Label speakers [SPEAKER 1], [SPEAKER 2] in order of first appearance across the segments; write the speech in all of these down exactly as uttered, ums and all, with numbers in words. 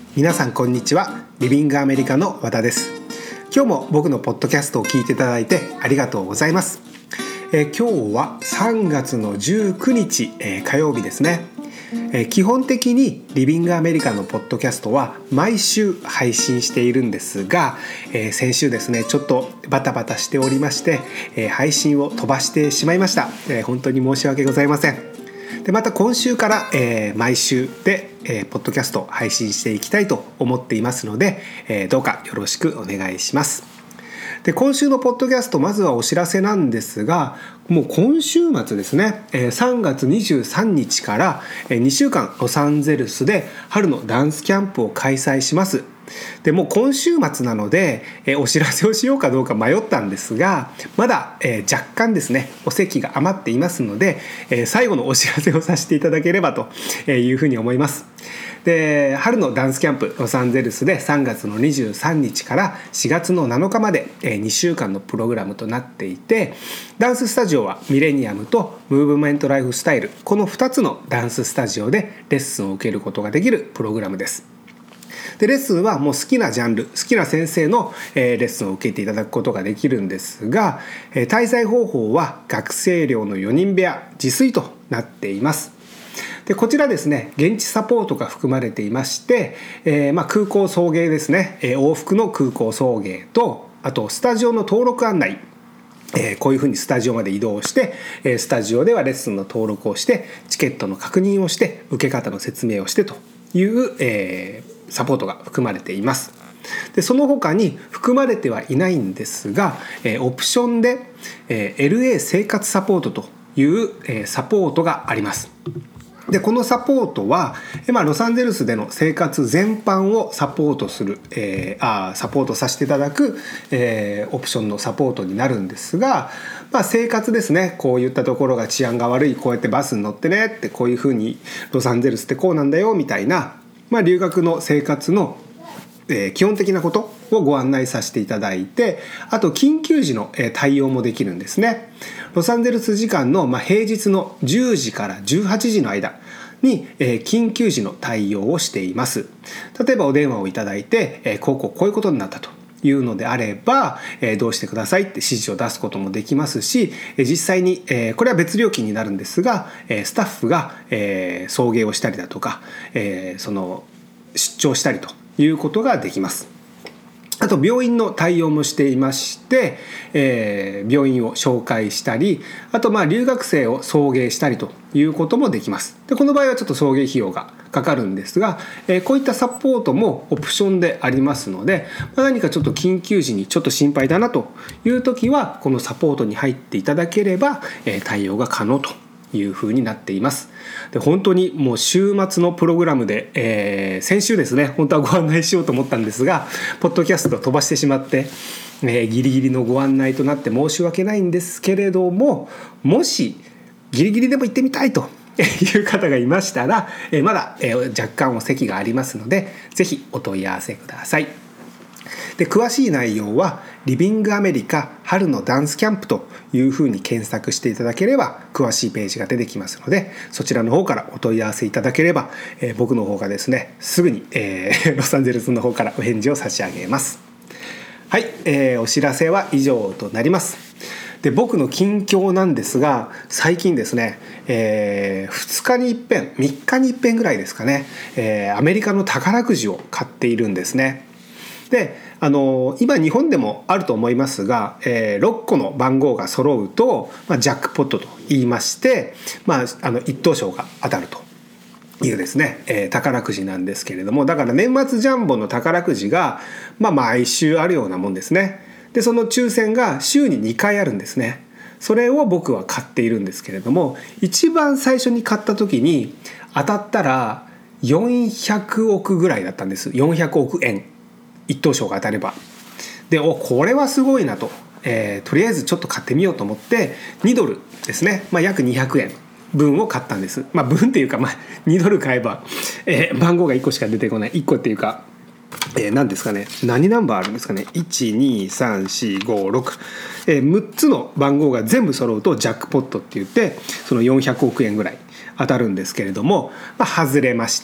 [SPEAKER 1] 皆さんこんにちは。リビングアメリカの和田です。今日も僕のポッドキャストを聞いていただいてありがとうございます。えー、今日はさんがつのじゅうくにち、えー、火曜日ですね。えー、基本的にリビングアメリカのポッドキャストは毎週配信しているんですが、えー、先週ですねちょっとバタバタしておりまして、えー、配信を飛ばしてしまいました。えー、本当に申し訳ございません。でまた今週から、えー、毎週で、えー、ポッドキャストを配信していきたいと思っていますので、えー、どうかよろしくお願いします。で今週のポッドキャスト、まずはお知らせなんですが、もう今週末ですね、さんがつにじゅうさんにちからにしゅうかんロサンゼルスで春のダンスキャンプを開催します。でもう今週末なのでお知らせをしようかどうか迷ったんですが、まだ若干ですねお席が余っていますので、最後のお知らせをさせていただければというふうに思います。で春のダンスキャンプロサンゼルスでさんがつのにじゅうさんにちからしがつのなのかまでにしゅうかんのプログラムとなっていて、ダンススタジオはミレニアムとムーブメントライフスタイル、このふたつのダンススタジオでレッスンを受けることができるプログラムです。でレッスンはもう好きなジャンル、好きな先生の、えー、レッスンを受けていただくことができるんですが、えー、滞在方法は学生寮のよにんべや自炊となっています。でこちらですね現地サポートが含まれていまして、えーまあ、空港送迎ですね、えー、往復の空港送迎と、あとスタジオの登録案内、えー、こういうふうにスタジオまで移動して、えー、スタジオではレッスンの登録をしてチケットの確認をして受け方の説明をしてという、えー、サポートが含まれています。でその他に含まれてはいないんですが、えー、オプションで、えー、エルエー 生活サポートという、えー、サポートがあります。でこのサポートは、まあ、ロサンゼルスでの生活全般をサポートする、えー、あサポートさせていただく、えー、オプションのサポートになるんですが、まあ、生活ですね、こういったところが治安が悪い、こうやってバスに乗ってねって、こういうふうにロサンゼルスってこうなんだよみたいな、まあ、留学の生活のえー、基本的なことをご案内させていただいて、あと緊急時の、えー、対応もできるんですね。ロサンゼルス時間の、まあ、平日のじゅうじからじゅうはちじの間に、えー、緊急時の対応をしています。例えばお電話をいただいて、えー、こうこうこういうことになったというのであれば、えー、どうしてくださいって指示を出すこともできますし、えー、実際に、えー、これは別料金になるんですが、えー、スタッフが、えー、送迎をしたりだとか、えー、その出張したりということができます。あと病院の対応もしていまして、えー、病院を紹介したり、あとまあ留学生を送迎したりということもできます。でこの場合はちょっと送迎費用がかかるんですが、えー、こういったサポートもオプションでありますので、まあ、何かちょっと緊急時にちょっと心配だなという時はこのサポートに入っていただければ、えー、対応が可能という風になっています。で本当にもう週末のプログラムで、えー、先週ですね本当はご案内しようと思ったんですが、ポッドキャストを飛ばしてしまって、えー、ギリギリのご案内となって申し訳ないんですけれども、もしギリギリでも行ってみたいという方がいましたら、えー、まだ、えー、若干お席がありますので、ぜひお問い合わせください。で詳しい内容はリビングアメリカ春のダンスキャンプというふうに検索していただければ詳しいページが出てきますので、そちらの方からお問い合わせいただければ、えー、僕の方がですねすぐに、えー、ロサンゼルスの方からお返事を差し上げます。はい、えー、お知らせは以上となります。で僕の近況なんですが、最近ですね、えー、ふつかにいっぺんみっかにいっぺんぐらいですかね、えー、アメリカの宝くじを買っているんですね。であの今日本でもあると思いますが、えー、ろっこの番号が揃うと、まあ、ジャックポットと言いまして、まあ、あの一等賞が当たるというですね、えー、宝くじなんですけれども、だから年末ジャンボの宝くじが、まあ、毎週あるようなもんですね。でその抽選が週ににかいあるんですね。それを僕は買っているんですけれども、一番最初に買った時に当たったらよんひゃくおくぐらいだったんです。よんひゃくおくえん一等賞が当たれば。でおこれはすごいなと、えー、とりあえずちょっと買ってみようと思ってにドルですね、まあ、約にひゃくえん分を買ったんです。まあ分っていうか、まあ、にドル買えば、えー、番号がいっこしか出てこない。いっこっていうか、えー、何ですかね、何ナンバーあるんですかね、いちにさんしごろく、えー、むっつの番号が全部揃うとジャックポットって言って、そのよんひゃくおくえんぐらい当たるんですけれども、まあ、外れまして、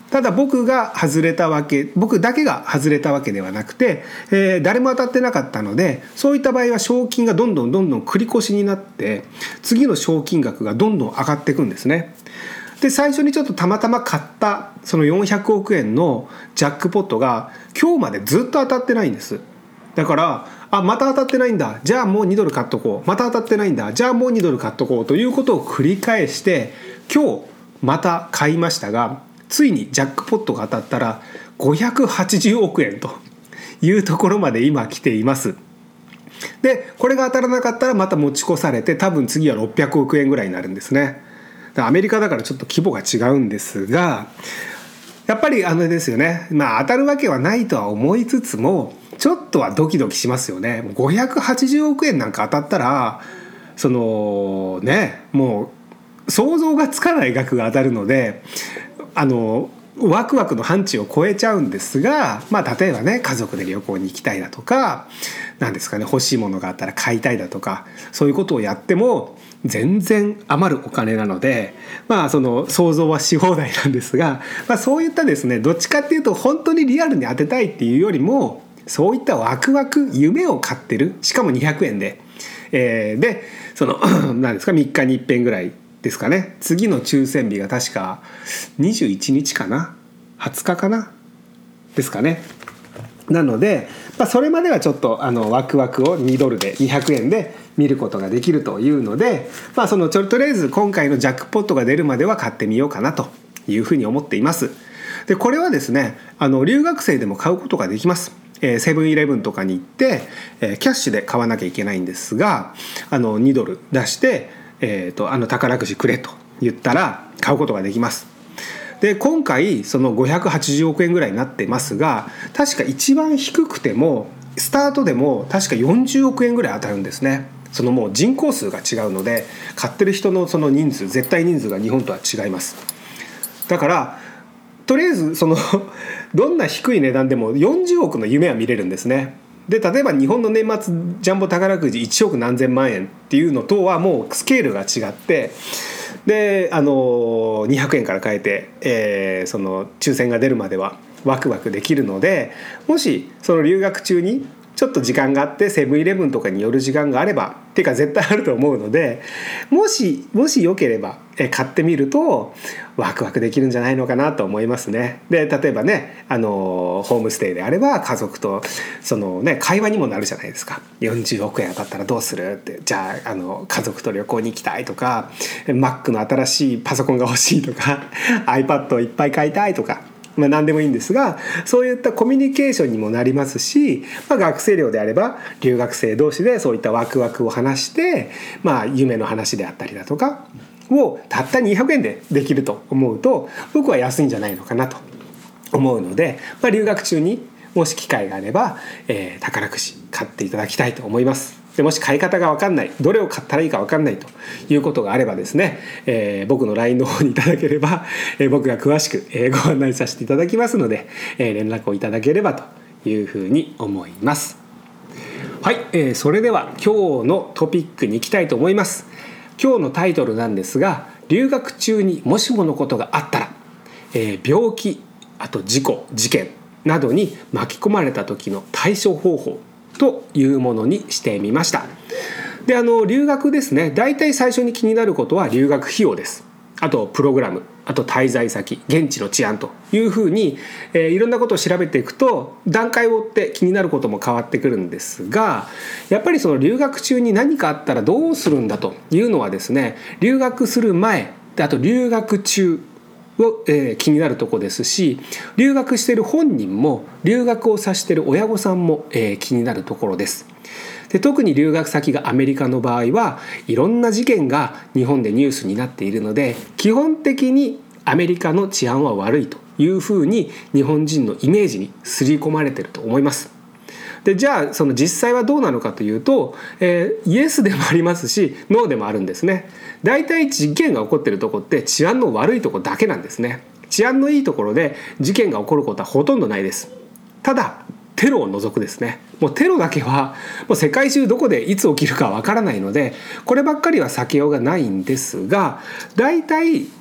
[SPEAKER 1] ただ僕が外れたわけ僕だけが外れたわけではなくて、えー、誰も当たってなかったので、そういった場合は賞金がどんどんどんどん繰り越しになって次の賞金額がどんどん上がっていくんですね。で最初にちょっとたまたま買ったそのよんひゃくおくえんのジャックポットが今日までずっと当たってないんです。だからあまた当たってないんだ、じゃあもうにドル買っとこう、また当たってないんだ、じゃあもうにドル買っとこうということを繰り返して今日また買いましたが、ついにジャックポットが当たったらごひゃくはちじゅうおくえんというところまで今来ています。でこれが当たらなかったらまた持ち越されて、多分次はろっぴゃくおくえんぐらいになるんですね。アメリカだからちょっと規模が違うんですが、やっぱりあれですよね、まあ当たるわけはないとは思いつつもちょっとはドキドキしますよね。ごひゃくはちじゅうおくえんなんか当たったらそのねもう想像がつかない額が当たるので、あのワクワクの範疇を超えちゃうんですが、まあ、例えばね家族で旅行に行きたいだとか、何ですかね、欲しいものがあったら買いたいだとか、そういうことをやっても全然余るお金なので、まあその想像はし放題なんですが、まあ、そういったですね、どっちかっていうと本当にリアルに当てたいっていうよりも、そういったワクワク夢を買ってる、しかもにひゃくえんで、えー、でその何ですかみっかに一遍ぐらいですかね、次の抽選日が確かにじゅういちにちかなはつかかなですかね。なので、まあ、それまではちょっとあのワクワクをにドルでにひゃくえんで見ることができるというので、まあ、そのちょとりあえず今回のジャックポットが出るまでは買ってみようかなというふうに思っています。でこれはですね、あの留学生でも買うことができます。セブンイレブンとかに行って、えー、キャッシュで買わなきゃいけないんですが、あのにドル出して、えー、とあの宝くじくれと言ったら買うことができます。で今回そのごひゃくはちじゅうおくえんぐらいになってますが、確か一番低くてもスタートでも確かよんじゅうおくえんぐらい当たるんですね。そのもう人口数が違うので、買ってる人のその人数、絶対人数が日本とは違います。だからとりあえずそのどんな低い値段でもよんじゅうおくの夢は見れるんですね。で例えば日本の年末ジャンボ宝くじいちおく何千万円っていうのとはもうスケールが違って、であのにひゃくえんから変えて、えー、その抽選が出るまではワクワクできるので、もしその留学中にちょっと時間があってセブンイレブンとかに寄る時間があれば、っていうか絶対あると思うので、もしもしよければ買ってみるとワクワクできるんじゃないのかなと思いますね。で例えばね、あのホームステイであれば家族とその、ね、会話にもなるじゃないですか。よんじゅうおくえん当たったらどうするって、じゃあ、あの家族と旅行に行きたいとか、 Mac の新しいパソコンが欲しいとかiPad をいっぱい買いたいとか、まあ、何でもいいんですが、そういったコミュニケーションにもなりますし、まあ、学生寮であれば留学生同士でそういったワクワクを話して、まあ、夢の話であったりだとかをたったにひゃくえんでできると思うと、僕は安いんじゃないのかなと思うので、まあ、留学中にもし機会があれば、えー、宝くじ買っていただきたいと思います。でもし買い方が分かんない、どれを買ったらいいか分かんないということがあればですね、えー、僕の ライン の方にいただければ、えー、僕が詳しく、えー、ご案内させていただきますので、えー、連絡をいただければというふうに思います。はい、えー、それでは今日のトピックに行きたいと思います。今日のタイトルなんですが、留学中にもしものことがあったら、えー、病気、あと事故、事件などに巻き込まれた時の対処方法というものにしてみました。であの留学ですね、大体最初に気になることは留学費用です。あとプログラム、あと滞在先、現地の治安というふうに、えー、いろんなことを調べていくと段階を追って気になることも変わってくるんですが、やっぱりその留学中に何かあったらどうするんだというのはですね、留学する前、あと留学中を、えー、気になるところですし、留学している本人も留学をさしている親御さんも、えー、気になるところです。で特に留学先がアメリカの場合はいろんな事件が日本でニュースになっているので、基本的にアメリカの治安は悪いというふうに日本人のイメージに刷り込まれていると思います。でじゃあその実際はどうなのかというと、えー、イエスでもありますしノーでもあるんですね。だいたい事件が起こっているところって治安の悪いところだけなんですね。治安のいいところで事件が起こることはほとんどないです。ただテロを除くですね、もうテロだけはもう世界中どこでいつ起きるかわからないので、こればっかりは避けようがないんですが、だいたい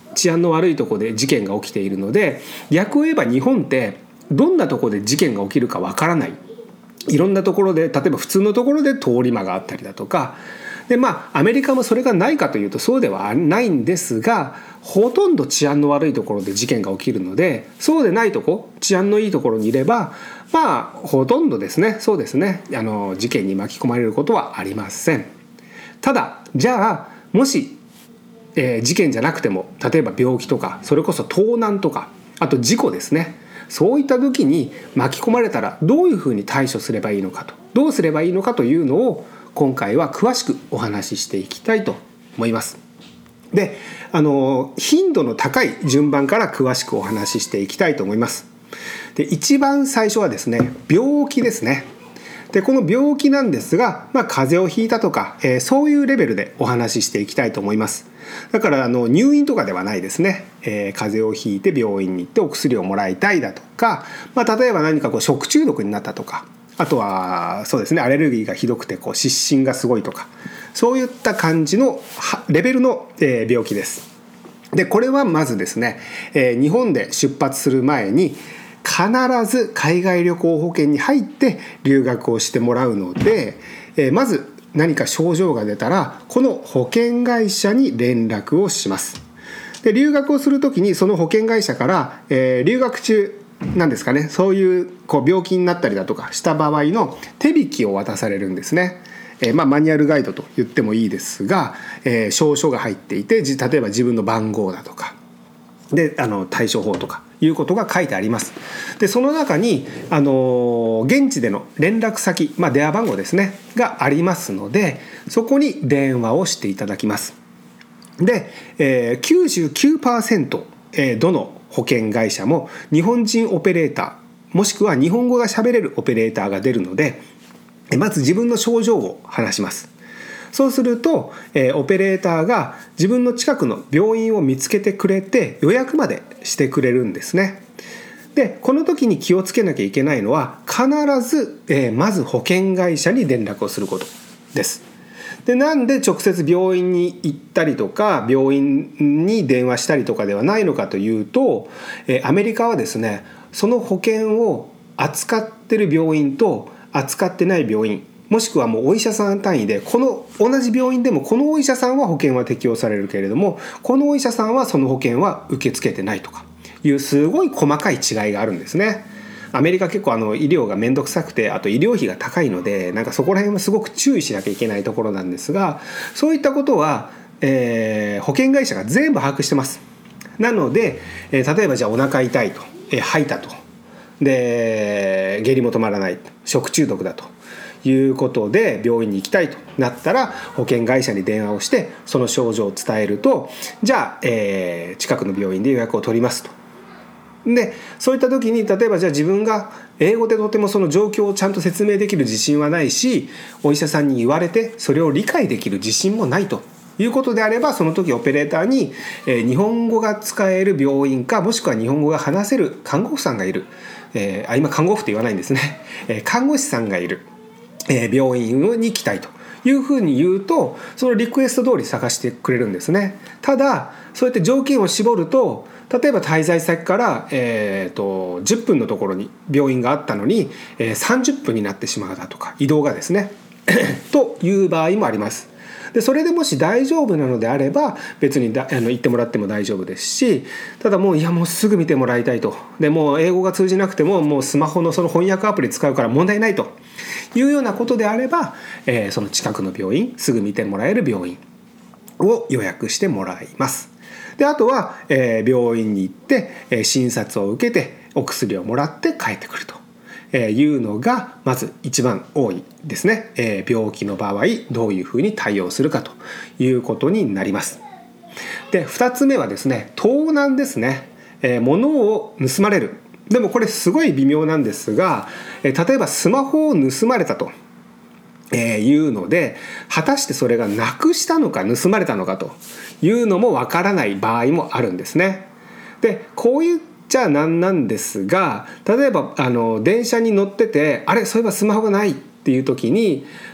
[SPEAKER 1] 治安の悪いところで事件が起きているので、逆を言えば日本ってどんなところで事件が起きるかわからない、いろんなところで、例えば普通のところで通り魔があったりだとかで、まあアメリカもそれがないかというとそうではないんですが、ほとんど治安の悪いところで事件が起きるので、そうでないとこ、治安のいいところにいれば、まあほとんどですね、そうですね、あの事件に巻き込まれることはありません。ただじゃあもし、えー、事件じゃなくても、例えば病気とか、それこそ盗難とか、あと事故ですね、そういった時に巻き込まれたらどういうふうに対処すればいいのかと、どうすればいいのかというのを今回は詳しくお話ししていきたいと思います。で、あの頻度の高い順番から詳しくお話ししていきたいと思います。で、一番最初はですね、病気ですね。で、この病気なんですが、まあ、風邪をひいたとか、えー、そういうレベルでお話ししていきたいと思います。だからあの入院とかではないですね、えー、風邪をひいて病院に行ってお薬をもらいたいだとか、まあ、例えば何かこう食中毒になったとか、あとはそうですね、アレルギーがひどくてこう湿疹がすごいとか、そういった感じのレベルの、えー、病気です。で、これはまずですね、えー、日本で出発する前に必ず海外旅行保険に入って留学をしてもらうので、えー、まず何か症状が出たらこの保険会社に連絡をします。で、留学をするときにその保険会社から、えー、留学中なんですかね、そういう、こう病気になったりだとかした場合の手引きを渡されるんですね。えーまあ、マニュアルガイドと言ってもいいですが、えー、証書が入っていて、例えば自分の番号だとかで、あの対処法とかいうことが書いてあります。で、その中にあの現地での連絡先、まあ、電話番号ですねがありますので、そこに電話をしていただきます。で、えー、きゅうじゅうきゅうパーセント、えー、どの保険会社も日本人オペレーター、もしくは日本語が喋れるオペレーターが出るので、まず自分の症状を話します。そうすると、えー、オペレーターが自分の近くの病院を見つけてくれて予約までしてくれるんですね。で、この時に気をつけなきゃいけないのは、必ず、えー、まず保険会社に連絡をすることです。で、なんで直接病院に行ったりとか病院に電話したりとかではないのかというと、えー、アメリカはですね、その保険を扱ってる病院と扱ってない病院、もしくはもうお医者さん単位で、この同じ病院でもこのお医者さんは保険は適用されるけれども、このお医者さんはその保険は受け付けてないとかいうすごい細かい違いがあるんですね。アメリカ結構あの医療がめんどくさくて、あと医療費が高いので、なんかそこら辺はすごく注意しなきゃいけないところなんですが、そういったことは、えー、保険会社が全部把握してます。なので、えー、例えばじゃあお腹痛いと、えー、吐いたと、で下痢も止まらない、食中毒だということで病院に行きたいとなったら、保険会社に電話をしてその症状を伝えると、じゃあ、えー、近くの病院で予約を取りますと。で、そういった時に、例えばじゃあ自分が英語でとてもその状況をちゃんと説明できる自信はないし、お医者さんに言われてそれを理解できる自信もないということであれば、その時オペレーターに、えー、日本語が使える病院か、もしくは日本語が話せる看護婦さんがいる、えー、あ今看護婦って言わないんですね、えー、看護師さんがいる、えー、病院に行きたいというふうに言うと、そのリクエスト通り探してくれるんですね。ただそうやって条件を絞ると、例えば滞在先から、えー、とじゅっぷんのところに病院があったのに、えー、さんじゅっぷんになってしまうだとか、移動がですねという場合もあります。で、それでもし大丈夫なのであれば別にだあの行ってもらっても大丈夫ですし、ただもういやもうすぐ見てもらいたいと、でもう英語が通じなくてももうスマホのその翻訳アプリ使うから問題ないというようなことであれば、えー、その近くの病院、すぐ見てもらえる病院を予約してもらいます。で、あとは、えー、病院に行って、えー、診察を受けてお薬をもらって帰ってくるというのがまず一番多いですね。えー、病気の場合どういうふうに対応するかということになります。で、ふたつめはですね、盗難ですね。えー、物を盗まれる。でもこれすごい微妙なんですが、えー、例えばスマホを盗まれたとえー、いうので、果たしてそれがなくしたのか盗まれたのかというのもわからない場合もあるんですね。で、こう言っちゃなんなんですが、例えばあの電車に乗ってて、あれそういえばスマホがないっていう時に、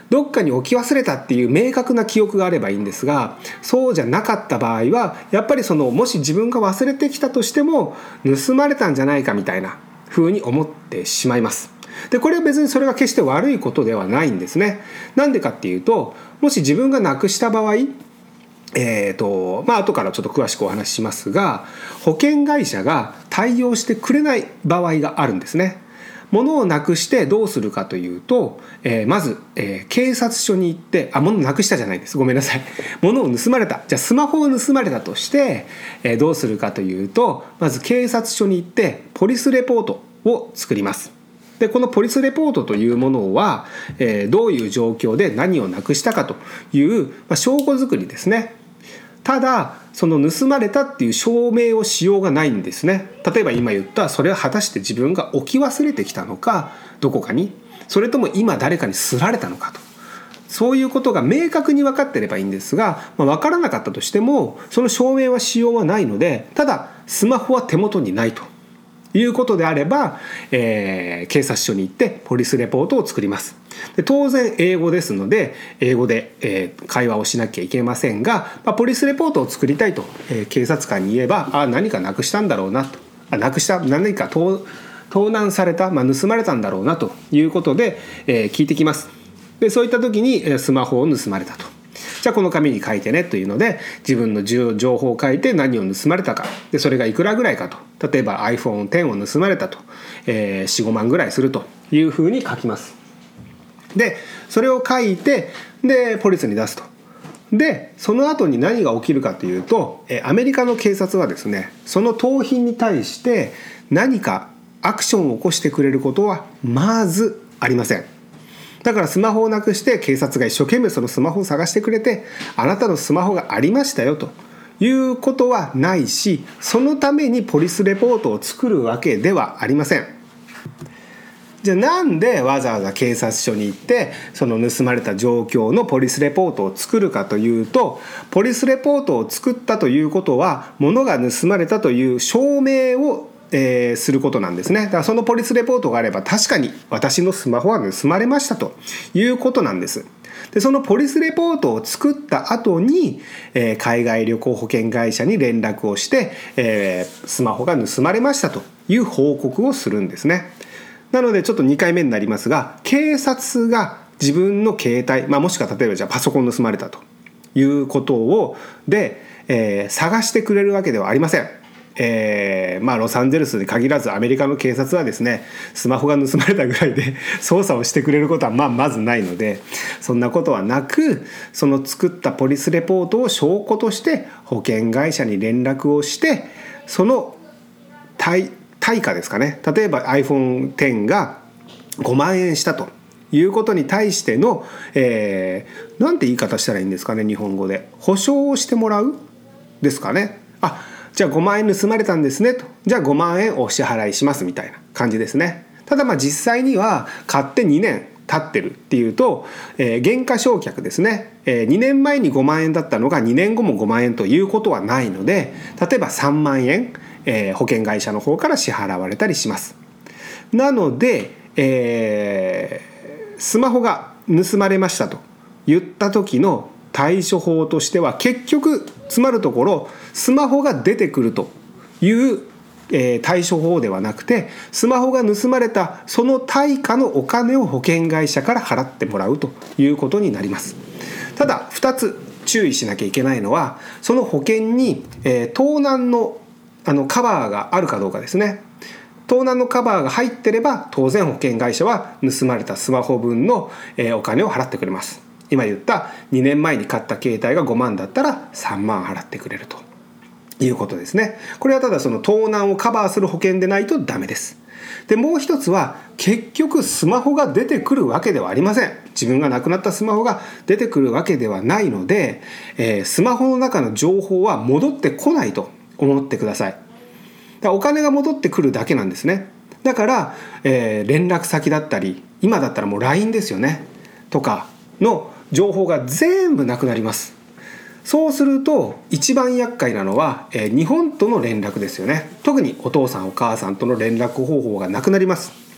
[SPEAKER 1] どっかに置き忘れたっていう明確な記憶があればいいんですが、そうじゃなかった場合はやっぱりそのもし自分が忘れてきたとしても盗まれたんじゃないかみたいな風に思ってしまいます。でこれは別にそれが決して悪いことではないんですね。なんでかっていうと、もし自分がなくした場合、えーとまあ後からちょっと詳しくお話ししますが、保険会社が対応してくれない場合があるんですね。物をなくしてどうするかというと、えー、まず、えー、警察署に行って、あ、物なくしたじゃないです。ごめんなさい。物を盗まれた。じゃあスマホを盗まれたとして、えー、どうするかというと、まず警察署に行ってポリスレポートを作ります。でこのポリスレポートというものは、えー、どういう状況で何をなくしたかという、まあ、証拠作りですね。ただその盗まれたっていう証明をしようがないんですね。例えば今言ったそれは果たして自分が置き忘れてきたのか、どこかに、それとも今誰かにすられたのかと、そういうことが明確に分かっていればいいんですが、まあ、分からなかったとしてもその証明はしようがないので、ただスマホは手元にないということであれば、えー、警察署に行ってポリスレポートを作ります。で当然英語ですので英語で、えー、会話をしなきゃいけませんが、まあ、ポリスレポートを作りたいと、えー、警察官に言えば、あ何かなくしたんだろうなと、あなくした何か盗盗難された、まあ、盗まれたんだろうなということで、えー、聞いてきます。でそういった時にスマホを盗まれたと、じゃあこの紙に書いてねというので、自分の情報を書いて何を盗まれたか、でそれがいくらぐらいかと、例えば アイフォンテン を盗まれたと、えー、よん、ごまんぐらいするというふうに書きます。でそれを書いて、でポリスに出すと。でその後に何が起きるかというと、アメリカの警察はですね、その盗品に対して何かアクションを起こしてくれることはまずありません。だからスマホをなくして警察が一生懸命そのスマホを探してくれて、あなたのスマホがありましたよということはないし、そのためにポリスレポートを作るわけではありません。じゃあなんでわざわざ警察署に行ってその盗まれた状況のポリスレポートを作るかというと、ポリスレポートを作ったということは物が盗まれたという証明をえー、することなんですね。だからそのポリスレポートがあれば確かに私のスマホは盗まれましたということなんです。でそのポリスレポートを作った後に、えー、海外旅行保険会社に連絡をして、えー、スマホが盗まれましたという報告をするんですね。なのでちょっとにかいめになりますが、警察が自分の携帯、まあ、もしくは例えばじゃあパソコン盗まれたということをで、えー、探してくれるわけではありません。えーまあ、ロサンゼルスに限らずアメリカの警察はですね、スマホが盗まれたぐらいで捜査をしてくれることはまあまずないので、そんなことはなく、その作ったポリスレポートを証拠として保険会社に連絡をして、その対対価ですかね、例えば アイフォンテン がごまんえんしたということに対しての、えー、なんて言い方したらいいんですかね、日本語で保証をしてもらうですかね。あじゃあごまんえん盗まれたんですねと、じゃあごまんえんお支払いしますみたいな感じですね。ただまあ実際には買ってにねん経ってるっていうと、えー、減価償却ですね、えー、にねんまえにごまんえんだったのがにねんごもごまんえんということはないので、例えばさんまんえん、えー、保険会社の方から支払われたりします。なので、えー、スマホが盗まれましたと言った時の対処法としては、結局つまるところスマホが出てくるという、えー、対処法ではなくて、スマホが盗まれたその対価のお金を保険会社から払ってもらうということになります。ただふたつ注意しなきゃいけないのは、その保険に、えー、盗難の、あのカバーがあるかどうかですね。盗難のカバーが入ってれば当然保険会社は盗まれたスマホ分の、えー、お金を払ってくれます。今言ったにねんまえに買った携帯がごまんだったらさんまん払ってくれるということですね。これはただその盗難をカバーする保険でないとダメです。でもう一つは、結局スマホが出てくるわけではありません。自分がなくなったスマホが出てくるわけではないので、えー、スマホの中の情報は戻ってこないと思ってください。だからお金が戻ってくるだけなんですね。だから、えー、連絡先だったり、今だったらもう ライン ですよねとかの情報が全部なくなります。そうすると一番厄介なのは、えー、日本との連絡ですよね。特にお父さんお母さんとの連絡方法がなくなります。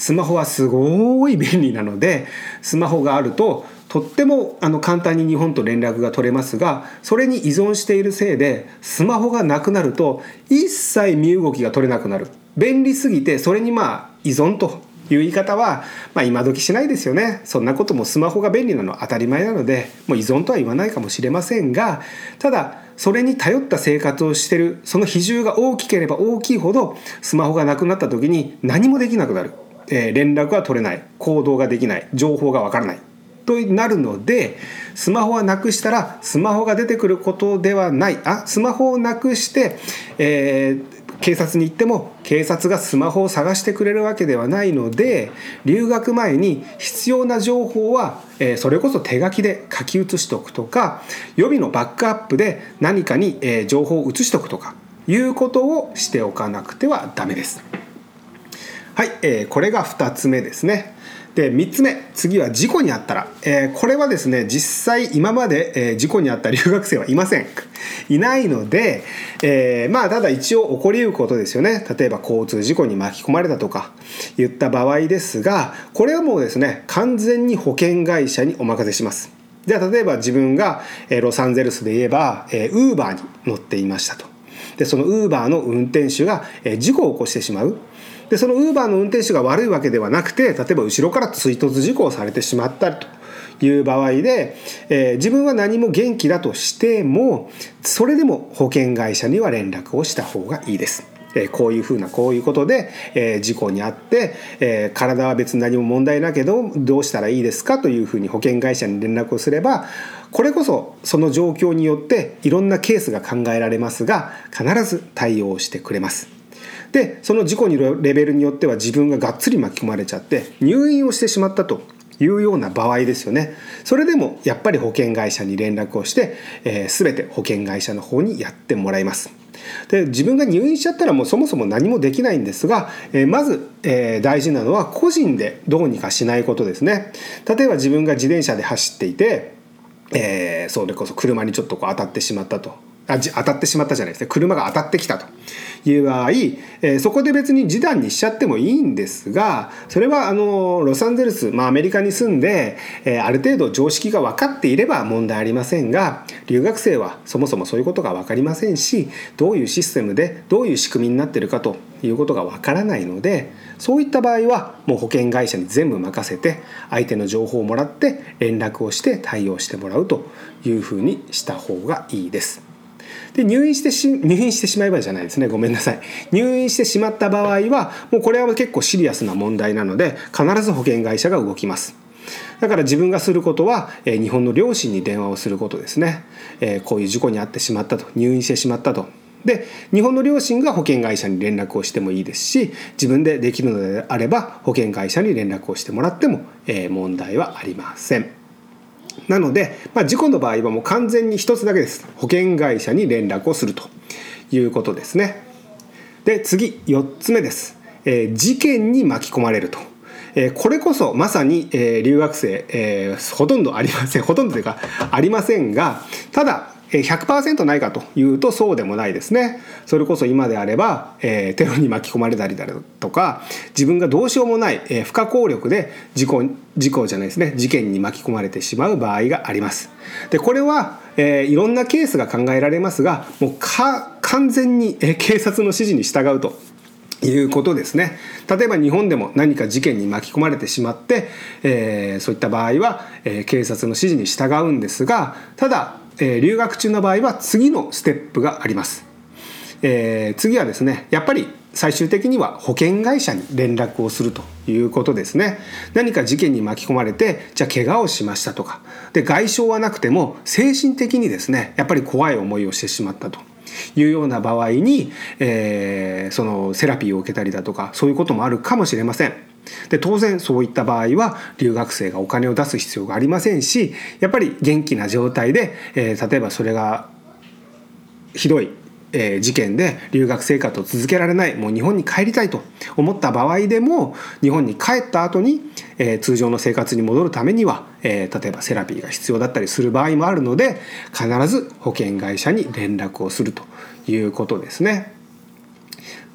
[SPEAKER 1] スマホはすごい便利なので、スマホがあるととってもあの簡単に日本と連絡が取れますが、それに依存しているせいでスマホがなくなると一切身動きが取れなくなる。便利すぎてそれにまあ依存という言い方は、まあ、今時しないですよね。そんなこともスマホが便利なのは当たり前なので、もう依存とは言わないかもしれませんが、ただそれに頼った生活をしているその比重が大きければ大きいほど、スマホがなくなった時に何もできなくなる、えー、連絡が取れない、行動ができない、情報がわからないとなるので、スマホはなくしたらスマホが出てくることではない、あスマホをなくして、えー警察に行っても警察がスマホを探してくれるわけではないので、留学前に必要な情報は、えー、それこそ手書きで書き写しておくとか、予備のバックアップで何かに、えー、情報を写しておくとかいうことをしておかなくてはダメです。はい、えー、これがふたつめですね。でみっつめ、次は事故に遭ったら、えー、これはですね、実際今まで、えー、事故に遭った留学生はいませんいないので、えー、まあただ一応起こりうることですよね。例えば交通事故に巻き込まれたとか言った場合ですが、これはもうですね、完全に保険会社にお任せします。じゃあ例えば自分が、えー、ロサンゼルスで言えば、えー、ウーバーに乗っていましたと。でそのウーバーの運転手が、えー、事故を起こしてしまう。でそのウーバーの運転手が悪いわけではなくて、例えば後ろから追突事故をされてしまったりという場合で、えー、自分は何も元気だとしても、それでも保険会社には連絡をした方がいいです。えー、こういうふうなこういうことで、えー、事故に遭って、えー、体は別に何も問題ないけどどうしたらいいですかというふうに保険会社に連絡をすれば、これこそその状況によっていろんなケースが考えられますが、必ず対応してくれます。でその事故のレベルによっては自分ががっつり巻き込まれちゃって入院をしてしまったというような場合ですよね。それでもやっぱり保険会社に連絡をして、えー、全て保険会社の方にやってもらいます。で自分が入院しちゃったらもうそもそも何もできないんですが、えー、まず、えー、大事なのは個人でどうにかしないことですね。例えば自分が自転車で走っていて、えー、それこそ車にちょっとこう当たってしまったと。あ当たってしまったじゃないですね。車が当たってきたという場合、えー、そこで別に示談にしちゃってもいいんですが、それはあのロサンゼルス、まあ、アメリカに住んで、えー、ある程度常識が分かっていれば問題ありませんが、留学生はそもそもそういうことが分かりませんし、どういうシステムでどういう仕組みになっているかということが分からないので、そういった場合はもう保険会社に全部任せて相手の情報をもらって連絡をして対応してもらうというふうにした方がいいです。で入院してし入院してしまえばじゃないですねごめんなさい入院してしまった場合はもうこれは結構シリアスな問題なので、必ず保険会社が動きます。だから自分がすることは、えー、日本の両親に電話をすることですね。えー、こういう事故に遭ってしまったと、入院してしまったと。で日本の両親が保険会社に連絡をしてもいいですし、自分でできるのであれば保険会社に連絡をしてもらっても、えー、問題はありません。なので、まあ、事故の場合はもう完全に一つだけです。保険会社に連絡をするということですね。で次よっつめです。えー、事件に巻き込まれると。えー、これこそまさに、えー、留学生、えー、ほとんどありませんほとんどというかありませんが、ただ ひゃくパーセント ないかというとそうでもないですね。それこそ今であれば、えー、テロに巻き込まれたりだとか、自分がどうしようもない、えー、不可抗力で事故事故じゃないですね事件に巻き込まれてしまう場合があります。でこれは、えー、いろんなケースが考えられますが、もうか完全に、えー、警察の指示に従うということですね。例えば日本でも何か事件に巻き込まれてしまって、えー、そういった場合は、えー、警察の指示に従うんですが、ただ、えー、留学中の場合は次のステップがあります。えー、次はですね、やっぱり最終的には保険会社に連絡をするということですね。何か事件に巻き込まれて、じゃあ怪我をしましたとかで外傷はなくても精神的にですねやっぱり怖い思いをしてしまったというような場合に、えー、そのセラピーを受けたりだとかそういうこともあるかもしれません。で当然そういった場合は留学生がお金を出す必要がありませんし、やっぱり元気な状態で、えー、例えばそれがひどいえー、事件で留学生活を続けられない、もう日本に帰りたいと思った場合でも、日本に帰った後に、えー、通常の生活に戻るためには、えー、例えばセラピーが必要だったりする場合もあるので、必ず保険会社に連絡をするということですね。で、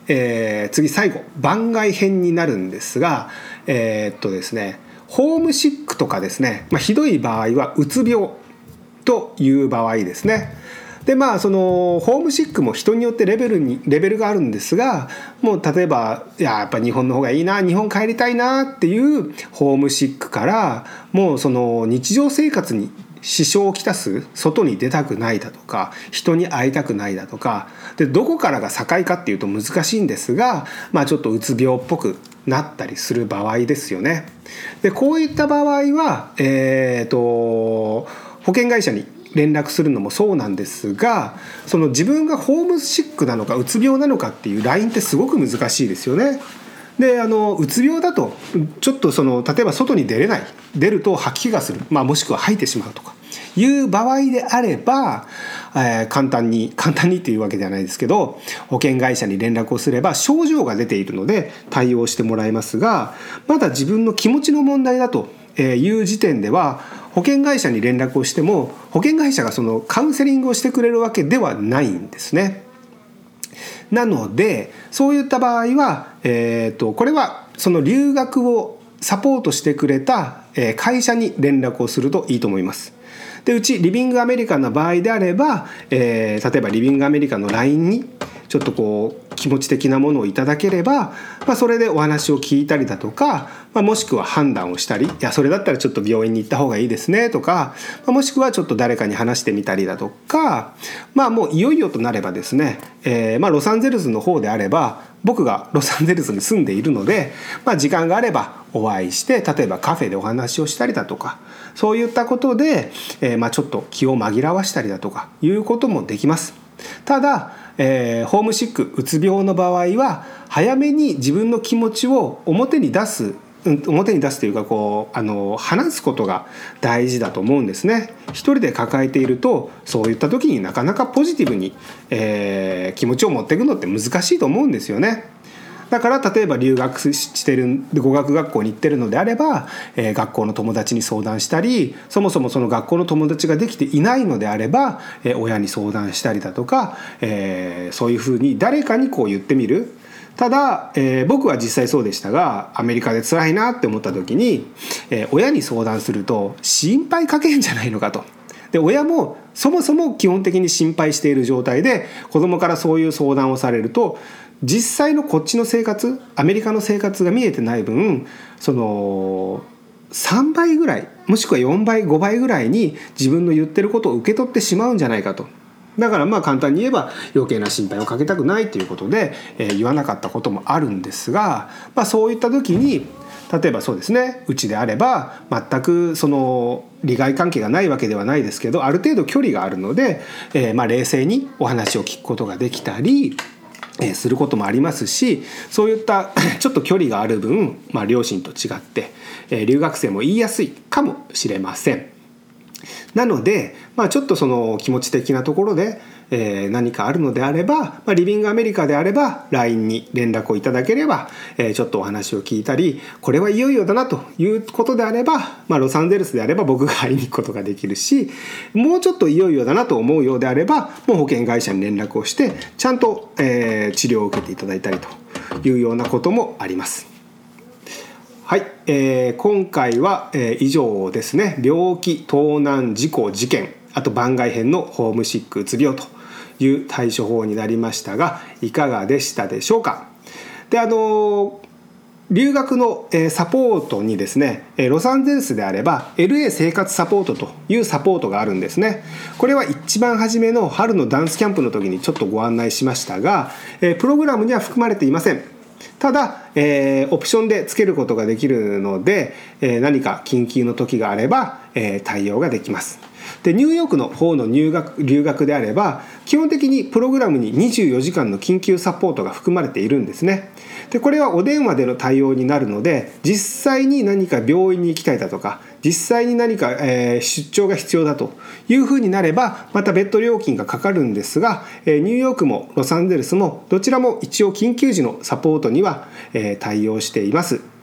[SPEAKER 1] えー、次最後番外編になるんですが、えー、っとですねホームシックとかですね、まあ、ひどい場合はうつ病という場合ですね。でまあそのホームシックも人によってレベルにレベルがあるんですが、もう例えばいややっぱ日本の方がいいな、日本帰りたいなっていうホームシックから、もうその日常生活に支障をきたす、外に出たくないだとか人に会いたくないだとかで、どこからが境かっていうと難しいんですが、まあちょっとうつ病っぽくなったりする場合ですよね。でこういった場合は、えーと保険会社に連絡するのもそうなんですが、その自分がホームシックなのかうつ病なのかっていうラインってすごく難しいですよね。であのうつ病だとちょっとその例えば外に出れない、出ると吐き気がする、まあ、もしくは吐いてしまうとかいう場合であれば、えー、簡単に簡単にっていうわけではないですけど、保険会社に連絡をすれば症状が出ているので対応してもらえますが、まだ自分の気持ちの問題だという時点では保険会社に連絡をしても保険会社がそのカウンセリングをしてくれるわけではないんですね。なのでそういった場合は、えーと、これはその留学をサポートしてくれた会社に連絡をするといいと思います。でうちリビングアメリカの場合であれば、えー、例えばリビングアメリカの ライン にちょっとこう気持ち的なものをいただければ、まあ、それでお話を聞いたりだとか、まあ、もしくは判断をしたり、いやそれだったらちょっと病院に行った方がいいですねとか、まあ、もしくはちょっと誰かに話してみたりだとか、まあもういよいよとなればですね、えー、まあロサンゼルスの方であれば僕がロサンゼルスに住んでいるので、まあ、時間があればお会いして例えばカフェでお話をしたりだとか、そういったことで、えー、まあちょっと気を紛らわしたりだとかいうこともできます。ただ、えー、ホームシックうつ病の場合は早めに自分の気持ちを表に出す表に出すというかこうあの話すことが大事だと思うんですね。一人で抱えているとそういった時になかなかポジティブに、えー、気持ちを持っていくのって難しいと思うんですよね。だから例えば留学してる語学学校に行ってるのであれば、えー、学校の友達に相談したり、そもそもその学校の友達ができていないのであれば、えー、親に相談したりだとか、えー、そういうふうに誰かにこう言ってみる。ただ、えー、僕は実際そうでしたが、アメリカで辛いなって思った時に、えー、親に相談すると心配かけんじゃないのかと。で親もそもそも基本的に心配している状態で子供からそういう相談をされると、実際のこっちの生活、アメリカの生活が見えてない分、そのさんばいぐらいもしくはよんばいごばいぐらいに自分の言ってることを受け取ってしまうんじゃないかと。だからまあ簡単に言えば余計な心配をかけたくないということで、えー、言わなかったこともあるんですが、まあ、そういった時に例えばそうですね、うちであれば全くその利害関係がないわけではないですけど、ある程度距離があるので、えー、まあ冷静にお話を聞くことができたりすることもありますし、そういったちょっと距離がある分、まあ、両親と違って、えー、留学生も言いやすいかもしれません。なので、まあ、ちょっとその気持ち的なところで、えー、何かあるのであれば、まあ、リビングアメリカであれば ライン に連絡をいただければ、えー、ちょっとお話を聞いたり、これはいよいよだなということであれば、まあ、ロサンゼルスであれば僕が会いに行くことができるし、もうちょっといよいよだなと思うようであればもう保険会社に連絡をしてちゃんと、えー、治療を受けていただいたりというようなこともあります。はい、えー、今回は、えー、以上ですね。病気、盗難、事故、事件、あと番外編のホームシックうつ病という対処法になりましたが、いかがでしたでしょうか。で、あの留学のサポートにですね、ロサンゼルスであれば エルエー 生活サポートというサポートがあるんですね。これは一番初めの春のダンスキャンプの時にちょっとご案内しましたが、プログラムには含まれていません。ただ、えー、オプションでつけることができるので、えー、何か緊急の時があれば、えー、対応ができます。で、ニューヨークの方の入学留学であれば基本的にプログラムににじゅうよじかんの緊急サポートが含まれているんですね。で、これはお電話での対応になるので、実際に何か病院に行きたいだとか、実際に何か、えー、出張が必要だというふうになればまた別途料金がかかるんですが、えー、ニューヨークもロサンゼルスもどちらも一応緊急時のサポートには、えー、対応しています。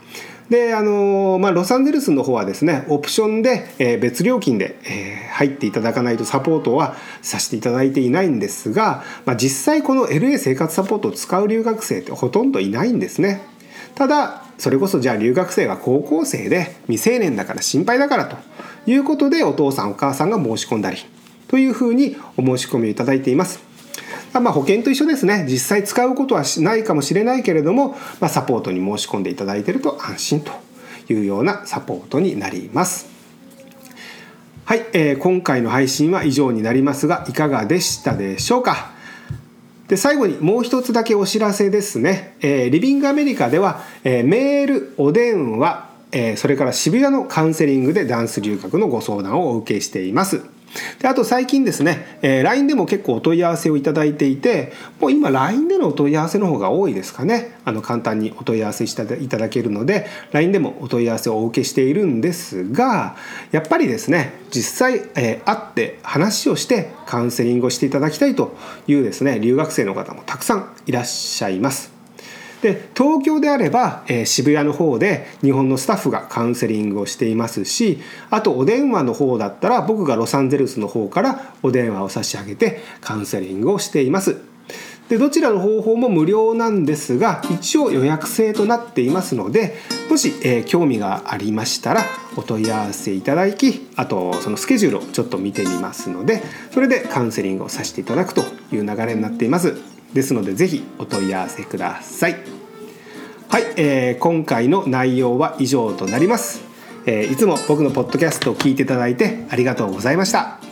[SPEAKER 1] であの、まあ、ロサンゼルスの方はですねオプションで、えー、別料金で、えー、入っていただかないとサポートはさせていただいていないんですが、まあ、実際この エルエー 生活サポートを使う留学生ってほとんどいないんですね。ただそれこそじゃあ留学生が高校生で未成年だから心配だからということでお父さんお母さんが申し込んだりというふうにお申し込みをいただいています。まあ、保険と一緒ですね。実際使うことはないかもしれないけれども、まあ、サポートに申し込んでいただいていると安心というようなサポートになります。はい、えー、今回の配信は以上になりますがいかがでしたでしょうか。で最後にもう一つだけお知らせですね。えー、リビングアメリカでは、えー、メール、お電話、えー、それから渋谷のカウンセリングでダンス留学のご相談をお受けしています。であと最近ですね、えー、ライン でも結構お問い合わせをいただいていて、もう今 ライン でのお問い合わせの方が多いですかね。あの簡単にお問い合わせしていただけるので ライン でもお問い合わせをお受けしているんですが、やっぱりですね実際、えー、会って話をしてカウンセリングをしていただきたいというですね留学生の方もたくさんいらっしゃいます。で東京であれば、えー、渋谷の方で日本のスタッフがカウンセリングをしていますし、あとお電話の方だったら僕がロサンゼルスの方からお電話を差し上げてカウンセリングをしています。でどちらの方法も無料なんですが一応予約制となっていますので、もし、えー、興味がありましたらお問い合わせいただき、あとそのスケジュールをちょっと見てみますので、それでカウンセリングをさせていただくという流れになっています。ですのでぜひお問い合わせください。はい、えー、今回の内容は以上となります。えー、いつも僕のポッドキャストを聞いていただいてありがとうございました。